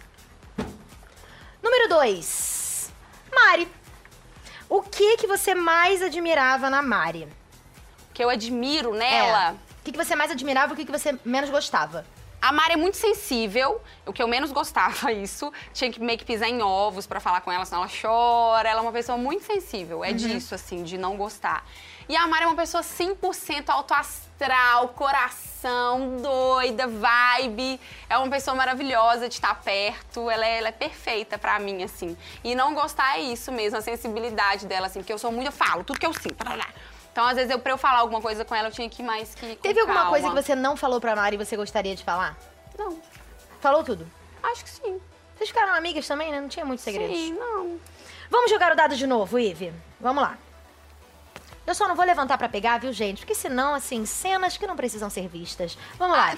Número 2. Mari. O que você mais admirava na Mari? O que eu admiro nela... O que você mais admirava e o que você menos gostava? A Mari é muito sensível, o que eu menos gostava isso. Tinha que meio que pisar em ovos pra falar com ela, senão ela chora. Ela é uma pessoa muito sensível, é disso, assim, de não gostar. E a Mari é uma pessoa 100% autoastral, coração, doida, vibe. É uma pessoa maravilhosa de estar perto, ela é perfeita pra mim, assim. E não gostar é isso mesmo, a sensibilidade dela, assim, porque eu falo tudo que eu sinto. Então, às vezes, pra eu falar alguma coisa com ela, eu tinha que ir mais que com Teve alguma calma. coisa que você não falou pra Mari e você gostaria de falar? Não, Falou tudo? acho que sim. Vocês ficaram amigas também, né? Não tinha muitos segredos. Sim, não. Vamos jogar o dado de novo, Ive? Vamos lá. Eu só não vou levantar pra pegar, viu, gente? Porque senão, assim, cenas que não precisam ser vistas. Vamos lá.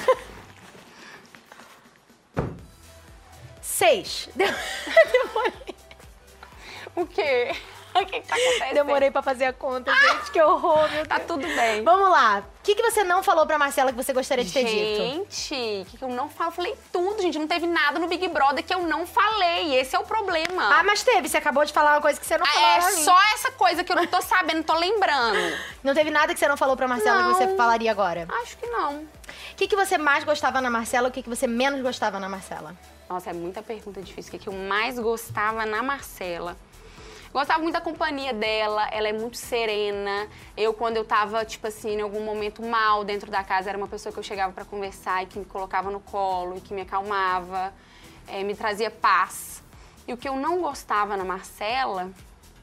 6. Demorei. O quê? O que tá acontecendo? Demorei pra fazer a conta, gente. Que horror, meu Deus. Tá tudo bem. Vamos lá. O que você não falou pra Marcela que você gostaria de ter dito? Gente, o que eu não falo? Eu falei tudo, gente. Não teve nada no Big Brother que eu não falei. Esse é o problema. Ah, mas teve. Você acabou de falar uma coisa que você não falou É pra mim. só essa coisa que eu não tô sabendo, não tô lembrando. Não teve nada que você não falou pra Marcela Não. que você falaria agora? Acho que não. O que você mais gostava na Marcela e o que você menos gostava na Marcela? Nossa, é muita pergunta difícil. O que eu mais gostava na Marcela? Gostava muito da companhia dela, ela é muito serena. Eu, quando eu tava, tipo assim, em algum momento mal dentro da casa, era uma pessoa que eu chegava pra conversar e que me colocava no colo e que me acalmava, me trazia paz. E o que eu não gostava na Marcela...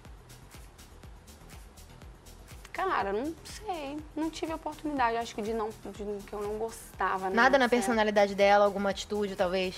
Cara, não sei. Não tive oportunidade, acho que que eu não gostava. Nada na Marcela. personalidade dela, alguma atitude, talvez?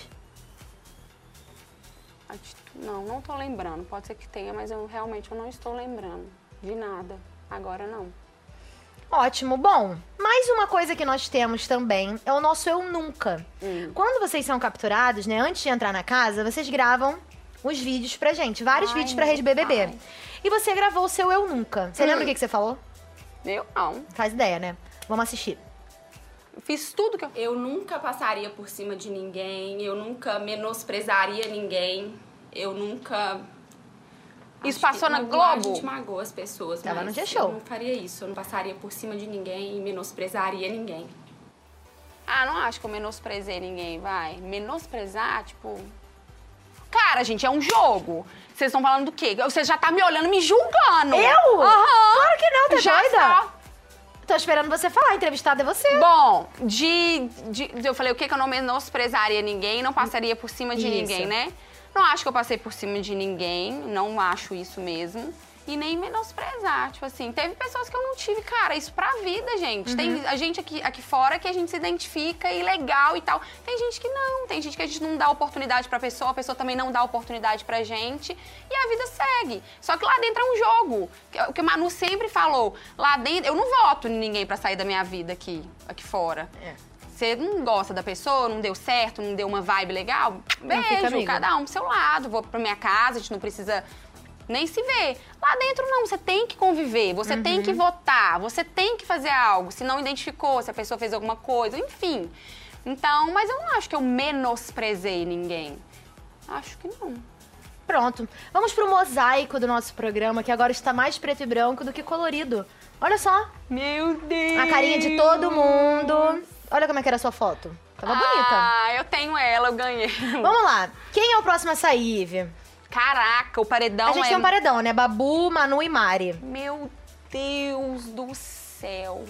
Não tô lembrando. Pode ser que tenha, mas eu realmente não estou lembrando de nada. Agora não. Ótimo. Bom, mais uma coisa que nós temos também é o nosso Eu Nunca. Quando vocês são capturados, né, antes de entrar na casa, vocês gravam os vídeos pra gente. Vários vídeos pra Rede BBB. pai. E você gravou o seu Eu Nunca. Você lembra o que você falou? Eu não. Faz ideia, né? Vamos assistir. Eu fiz tudo que eu... Eu nunca passaria por cima de ninguém, eu nunca menosprezaria ninguém, eu nunca... Isso Acho passou que na magoar, Globo? A gente magoa as pessoas, Tava mas no G-Show. eu não faria isso, eu não passaria por cima de ninguém e menosprezaria ninguém. Ah, não acho que eu menosprezei ninguém, vai. Menosprezar, tipo... Cara, gente, é um jogo. Vocês estão falando do quê? Você já tá me olhando, me julgando. Eu? Aham. Claro que não, tá Já doida? só. Tô esperando você falar, entrevistada é você. Bom, eu falei o quê? Que eu não menosprezaria ninguém, não passaria por cima de Isso. ninguém, né? Não acho que eu passei por cima de ninguém, não acho isso mesmo. E nem menosprezar, tipo assim, teve pessoas que eu não tive, cara, isso pra vida, gente. Tem a gente aqui fora que a gente se identifica e legal e tal. Tem gente que não, tem gente que a gente não dá oportunidade pra pessoa, a pessoa também não dá oportunidade pra gente e a vida segue. Só que lá dentro é um jogo, o que o Manu sempre falou, lá dentro, eu não voto em ninguém pra sair da minha vida aqui fora. Você não gosta da pessoa, não deu certo, não deu uma vibe legal, Não fica beijo, amigo. cada um pro seu lado, vou pra minha casa, a gente não precisa nem se ver. Lá dentro não, você tem que conviver, você tem que votar, você tem que fazer algo, se não identificou, se a pessoa fez alguma coisa, enfim. Então, mas eu não acho que eu menosprezei ninguém. Acho que não. Pronto. Vamos pro mosaico do nosso programa, que agora está mais preto e branco do que colorido. Olha só. Meu Deus! A carinha de todo mundo. Olha como é que era a sua foto. Tava bonita. Ah, eu tenho ela, eu ganhei. Vamos lá. Quem é o próximo a sair, Ive? Caraca, o paredão A gente tem um paredão, né? Babu, Manu e Mari. Meu Deus do céu.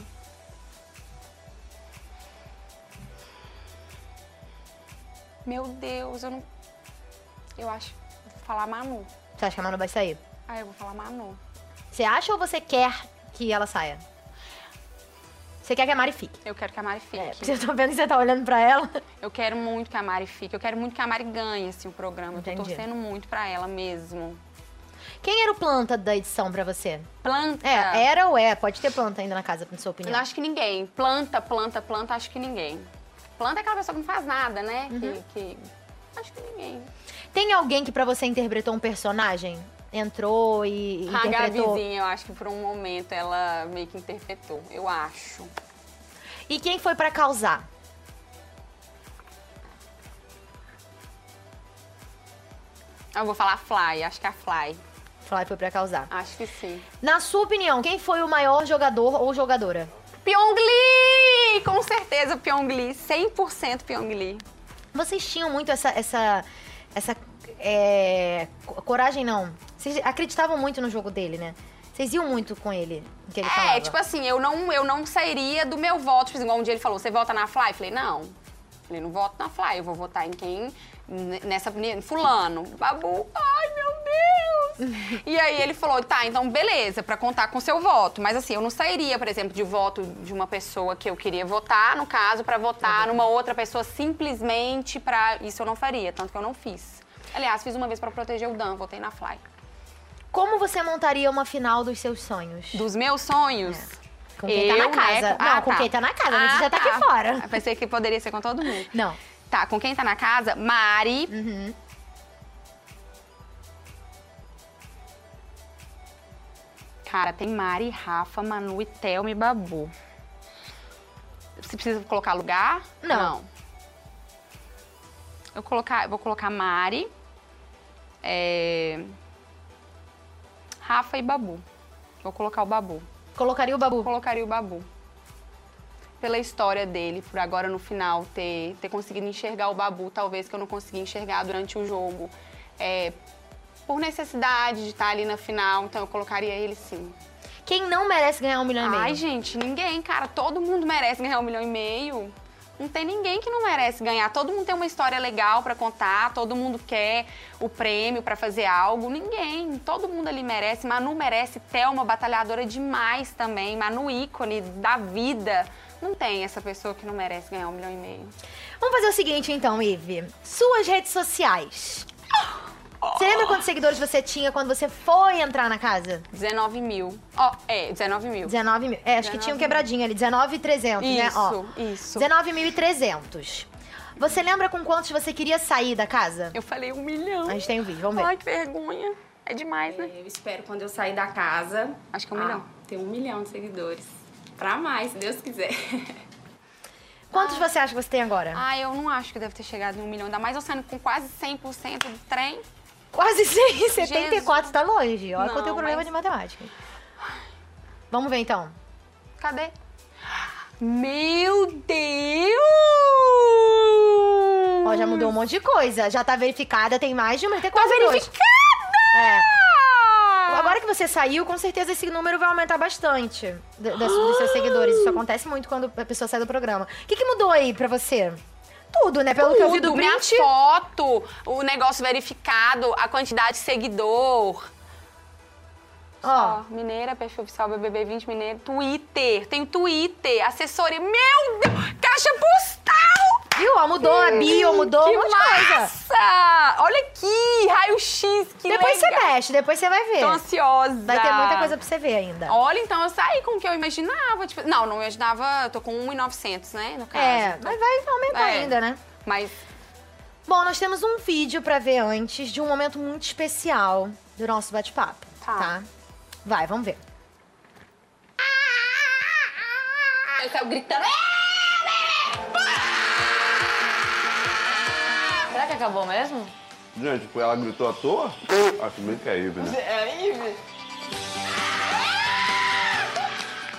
Meu Deus, eu não... Eu acho... Vou falar Manu. Você acha que a Manu vai sair? Ah, eu vou falar Manu. Você acha ou você quer que ela saia? Você quer que a Mari fique? Eu quero que a Mari fique. Porque eu tô vendo que você tá olhando pra ela. Eu quero muito que a Mari fique. Eu quero muito que a Mari ganhe, assim, o programa. Eu tô Entendi. torcendo muito pra ela mesmo. Quem era o planta da edição pra você? Planta. É, era ou é? Pode ter planta ainda na casa, na sua opinião. Eu acho que ninguém. Planta, acho que ninguém. Planta é aquela pessoa que não faz nada, né? Acho que ninguém. Tem alguém que pra você interpretou um personagem? Entrou e A interpretou? Gabizinha, eu acho que por um momento ela meio que interpretou. Eu acho. E quem foi pra causar? Eu vou falar Fly, acho que é a Fly. Fly foi pra causar. Acho que sim. Na sua opinião, quem foi o maior jogador ou jogadora? Pyongyi! Com certeza Pyongyi. 100% Pyongyi. Vocês tinham muito essa coragem, não. Vocês acreditavam muito no jogo dele, né? Vocês iam muito com ele, no que ele falava. Tipo assim, eu não sairia do meu voto. Tipo assim, igual um dia ele falou, você vota na Fly? Eu falei, não. Falei, não voto na Fly, eu vou votar em quem... Nessa... Fulano. Babu. Ai, meu Deus! E aí ele falou, tá, então beleza, pra contar com o seu voto. Mas assim, eu não sairia, por exemplo, de voto de uma pessoa que eu queria votar, no caso, pra votar numa outra pessoa simplesmente pra... Isso eu não faria, tanto que eu não fiz. Aliás, fiz uma vez pra proteger o Dan, votei na Fly. Como você montaria uma final dos seus sonhos? Dos meus sonhos? Com quem tá na casa. Não, com quem tá na casa, mas você já tá aqui fora. Eu pensei que poderia ser com todo mundo. Não. Tá, com quem tá na casa? Mari. Cara, tem Mari, Rafa, Manu, Thelma e Babu. Você precisa colocar lugar? Não. Eu vou colocar Mari, Rafa e Babu. Vou colocar o Babu. Colocaria o Babu? Colocaria o Babu. Pela história dele, por agora no final ter conseguido enxergar o Babu, talvez que eu não consegui enxergar durante o jogo. Por necessidade de estar ali na final, então eu colocaria ele sim. Quem não merece ganhar 1,5 milhão? Ai, gente, ninguém, cara. Todo mundo merece ganhar 1,5 milhão. Não tem ninguém que não merece ganhar. Todo mundo tem uma história legal pra contar, todo mundo quer o prêmio pra fazer algo. Ninguém, todo mundo ali merece. Manu merece, Thelma, batalhadora demais também. Manu, ícone da vida. Não tem essa pessoa que não merece ganhar 1,5 milhão. Vamos fazer o seguinte então, Ive. Suas redes sociais. Você lembra quantos seguidores você tinha quando você foi entrar na casa? 19 mil. 19 mil. 19 mil. Acho que tinha um quebradinho ali. 19.300, né? Isso. 19.300. Você lembra com quantos você queria sair da casa? Eu falei 1 milhão. A gente tem um vídeo, vamos ver. Ai, que vergonha. É demais, né? Eu espero quando eu sair da casa... Acho que é 1 milhão. Ter 1 milhão de seguidores. Pra mais, se Deus quiser. Quantos você acha que você tem agora? Eu não acho que deve ter chegado em 1 milhão. Ainda mais eu saindo com quase 100% do trem. Quase 100, 74 tá longe. Olha que eu Não, tenho problema de matemática. Vamos ver então. Cadê? Meu Deus! Ó, já mudou um monte de coisa. Já tá verificada, tem mais de 1 milhão. Tá verificada! Agora que você saiu, com certeza esse número vai aumentar bastante dos seus seguidores. Isso acontece muito quando a pessoa sai do programa. O que mudou aí pra você? Tudo, né? Pelo que eu vi do minha print. foto, o negócio verificado, a quantidade de seguidor. Ó. Mineira, perfil oficial BBB 20 Mineiro. Twitter, tem o Twitter, assessoria. Meu Deus! Caixa postal! Viu? Ó, mudou a bio, mudou um monte de coisa. Massa! Olha aqui, raio-x, que Depois legal. você mexe, depois você vai ver. Tô ansiosa. Vai ter muita coisa pra você ver ainda. Olha, então eu saí com o que eu imaginava. Tipo, não imaginava, eu tô com 1.900, né, no caso. Mas vai aumentar ainda, né? Mas... Bom, nós temos um vídeo pra ver antes de um momento muito especial do nosso bate-papo, tá? Vai, vamos ver. Eu saio gritando. Será que acabou mesmo? Gente, ela gritou à toa? Acho bem que é a Ivy, né? É a Ivy?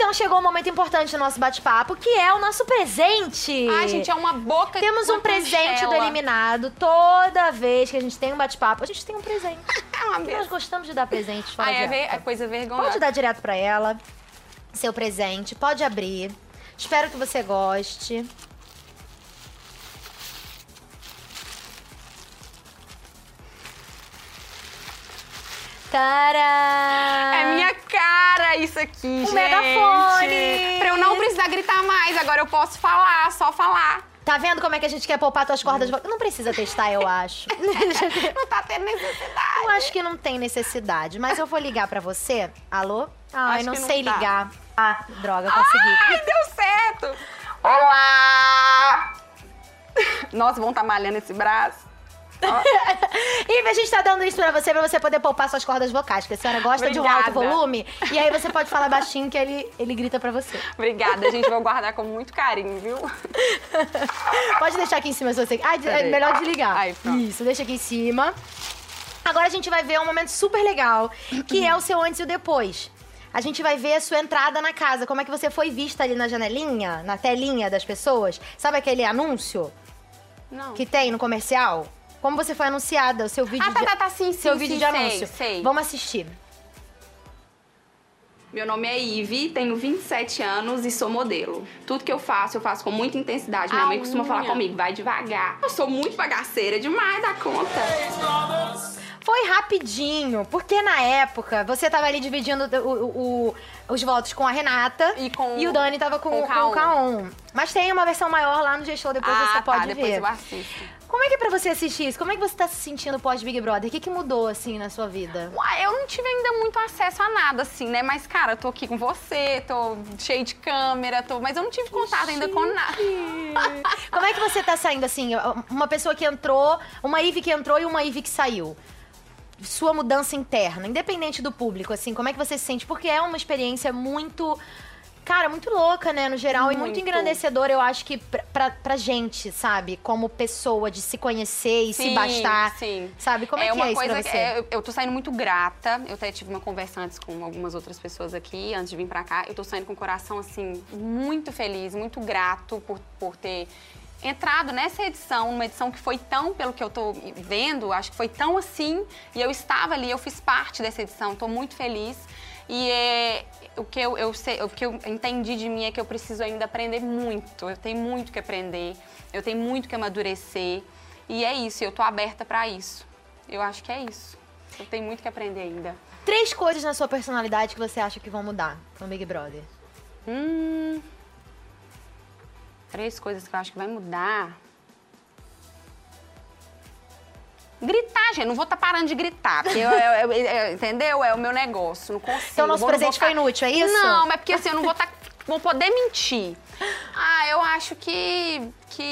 Então chegou um momento importante do nosso bate-papo, que é o nosso presente. Ai, gente, é uma boca. Temos um presente do eliminado. Toda vez que a gente tem um bate-papo, a gente tem um presente. Nós gostamos de dar presentes fora de época. É coisa vergonhosa. Pode dar direto pra ela seu presente, pode abrir. Espero que você goste. Tcharam! É minha cara isso aqui, gente. Megafone! Pra eu não precisar gritar mais, agora eu posso falar, só falar. Tá vendo como é que a gente quer poupar tuas cordas vocais? Não precisa testar, eu acho. Não tá tendo necessidade. Eu acho que não tem necessidade, mas eu vou ligar pra você. Alô? Ai, Acho não que não sei tá. ligar. Ah, droga, consegui. Ai, deu certo! Olá! Nossa, vão tá malhando esse braço. E a gente tá dando isso pra você poder poupar suas cordas vocais, porque a senhora gosta de um alto Obrigada. volume, e aí você pode falar baixinho que ele grita pra você. Obrigada, gente. Vou guardar com muito carinho, viu? Pode deixar aqui em cima se você... Ai, é Peraí. melhor desligar. Aí, pronto. Isso, deixa aqui em cima. Agora a gente vai ver um momento super legal, que é o seu antes e o depois. A gente vai ver a sua entrada na casa, como é que você foi vista ali na janelinha, na telinha das pessoas. Sabe aquele anúncio Não. que tem no comercial? Como você foi anunciada, o seu vídeo Sim, seu vídeo de sei, anúncio. sei. Vamos assistir. Meu nome é Ive, tenho 27 anos e sou modelo. Tudo que eu faço com muita intensidade. Minha mãe costuma falar comigo, vai devagar. Eu sou muito bagaceira, demais da conta. Foi rapidinho, porque na época você tava ali dividindo os votos com a Renata E o Dani tava com o K1. K1. Mas tem uma versão maior lá no G-Show, depois você pode depois ver. eu assisto. Como é que é pra você assistir isso? Como é que você tá se sentindo pós-Big Brother? O que mudou, assim, na sua vida? Uai, eu não tive ainda muito acesso a nada, assim, né? Mas, cara, eu tô aqui com você, tô cheio de câmera, mas eu não tive contato ainda com nada. Como é que você tá saindo, assim, uma pessoa que entrou, uma Ive que entrou e uma Ive que saiu? Sua mudança interna, independente do público, assim, como é que você se sente? Porque é uma experiência muito... Cara, muito louca, né, no geral, e muito engrandecedora, eu acho que pra gente, sabe? Como pessoa, de se conhecer e se bastar. Sim. Sabe? Como é que é isso pra você? Eu tô saindo muito grata. Eu até tive uma conversa antes com algumas outras pessoas aqui, antes de vir pra cá. Eu tô saindo com o coração, assim, muito feliz, muito grato por ter entrado nessa edição, uma edição que foi tão, pelo que eu tô vendo, acho que foi tão assim, e eu estava ali, eu fiz parte dessa edição, tô muito feliz. E o que eu entendi de mim é que eu preciso ainda aprender muito. Eu tenho muito que aprender, eu tenho muito que amadurecer. E é isso, eu tô aberta pra isso. Eu acho que é isso. Eu tenho muito que aprender ainda. 3 coisas na sua personalidade que você acha que vão mudar no Big Brother. 3 coisas que eu acho que vai mudar. Gritar, gente. Não vou estar parando de gritar. Porque entendeu? É o meu negócio. Não consigo. Então, nosso presente foi inútil, é isso? Não, mas porque assim, eu não vou poder mentir. Eu acho que...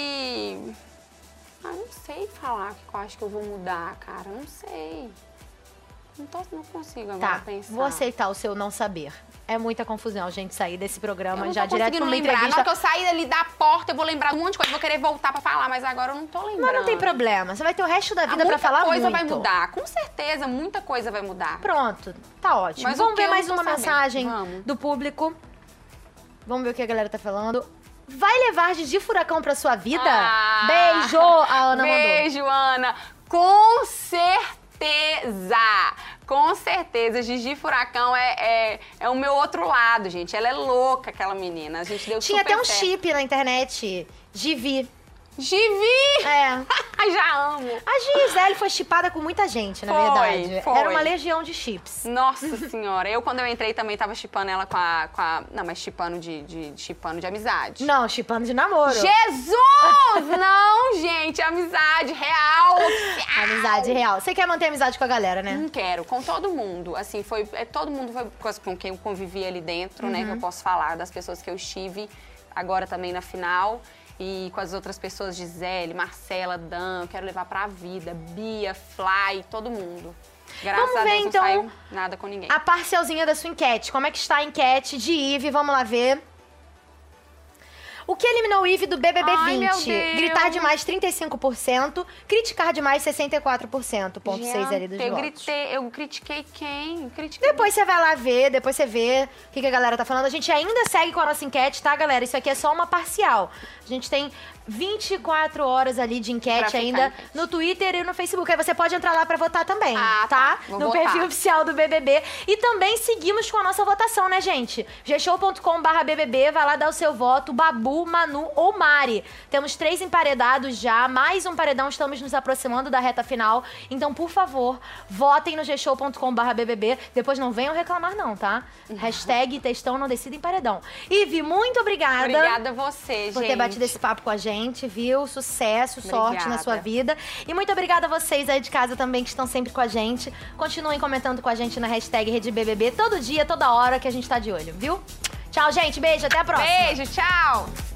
não sei falar o que eu acho que eu vou mudar, cara. Não sei. Não consigo agora pensar. Vou aceitar o seu não saber. É muita confusão a gente sair desse programa Eu não já tô direto pra uma lembrar. entrevista. Na hora que eu sair ali da porta, eu vou lembrar de um monte de coisa. Vou querer voltar pra falar, mas agora eu não tô lembrando. Mas não tem problema. Você vai ter o resto da vida pra falar muito. Muita coisa vai mudar. Com certeza, muita coisa vai mudar. Pronto. Tá ótimo. Mas Vamos o que ver eu mais não tô uma sabendo. mensagem Vamos. do público. Vamos ver o que a galera tá falando. Vai levar Gigi Furacão pra sua vida? Beijo! A Ana mandou. Beijo, Ana. Com certeza. Com certeza. Gigi Furacão é o meu outro lado, gente. Ela é louca, aquela menina. A gente deu Tinha super até um certo. chip na internet. Givi. Givi! É. Já amo. A Gisele foi chipada com muita gente, na verdade. Foi. Era uma legião de chips. Nossa senhora. Quando eu entrei, também tava chipando ela com a... Não, mas chipando chipando de amizade. Não, chipando de namoro. Jesus! Não, gente. Amizade real. Amizade real. Você quer manter amizade com a galera, né? Não quero. Com todo mundo. Assim, todo mundo foi com quem eu convivi ali dentro, né? Que eu posso falar das pessoas que eu estive agora também na final. E com as outras pessoas, Gisele, Marcela, Dan, eu quero levar pra vida. Bia, Fly, todo mundo. Graças Vamos a ver, Deus então, não saiu nada com ninguém. A parcialzinha da sua enquete. Como é que está a enquete de Ive? Vamos lá ver. O que eliminou o Ivy do BBB Ai, 20? meu Deus. Gritar demais, 35%. Criticar demais, 64%. Ponto 6 ali dos votos. Eu critiquei quem? Critiquei. Depois você vai lá ver, depois você vê o que a galera tá falando. A gente ainda segue com a nossa enquete, tá, galera? Isso aqui é só uma parcial. A gente tem 24 horas ali de enquete ainda no Twitter e no Facebook. Aí você pode entrar lá pra votar também, tá? Vou no votar. perfil oficial do BBB. E também seguimos com a nossa votação, né, gente? gshow.com/BBB, vai lá dar o seu voto, Babu, Manu ou Mari. Temos 3 emparedados já, mais um paredão, estamos nos aproximando da reta final. Então, por favor, votem no gshow.com/BBB. Depois não venham reclamar não, tá? Hashtag textão não decida em paredão. Ivy, muito obrigada. Obrigada a você, gente. Por ter batido esse papo com a gente, viu? Sucesso, sorte na sua vida. E muito obrigada a vocês aí de casa também que estão sempre com a gente. Continuem comentando com a gente na hashtag RedeBBB todo dia, toda hora que a gente tá de olho, viu? Tchau, gente. Beijo. Até a próxima. Beijo, tchau.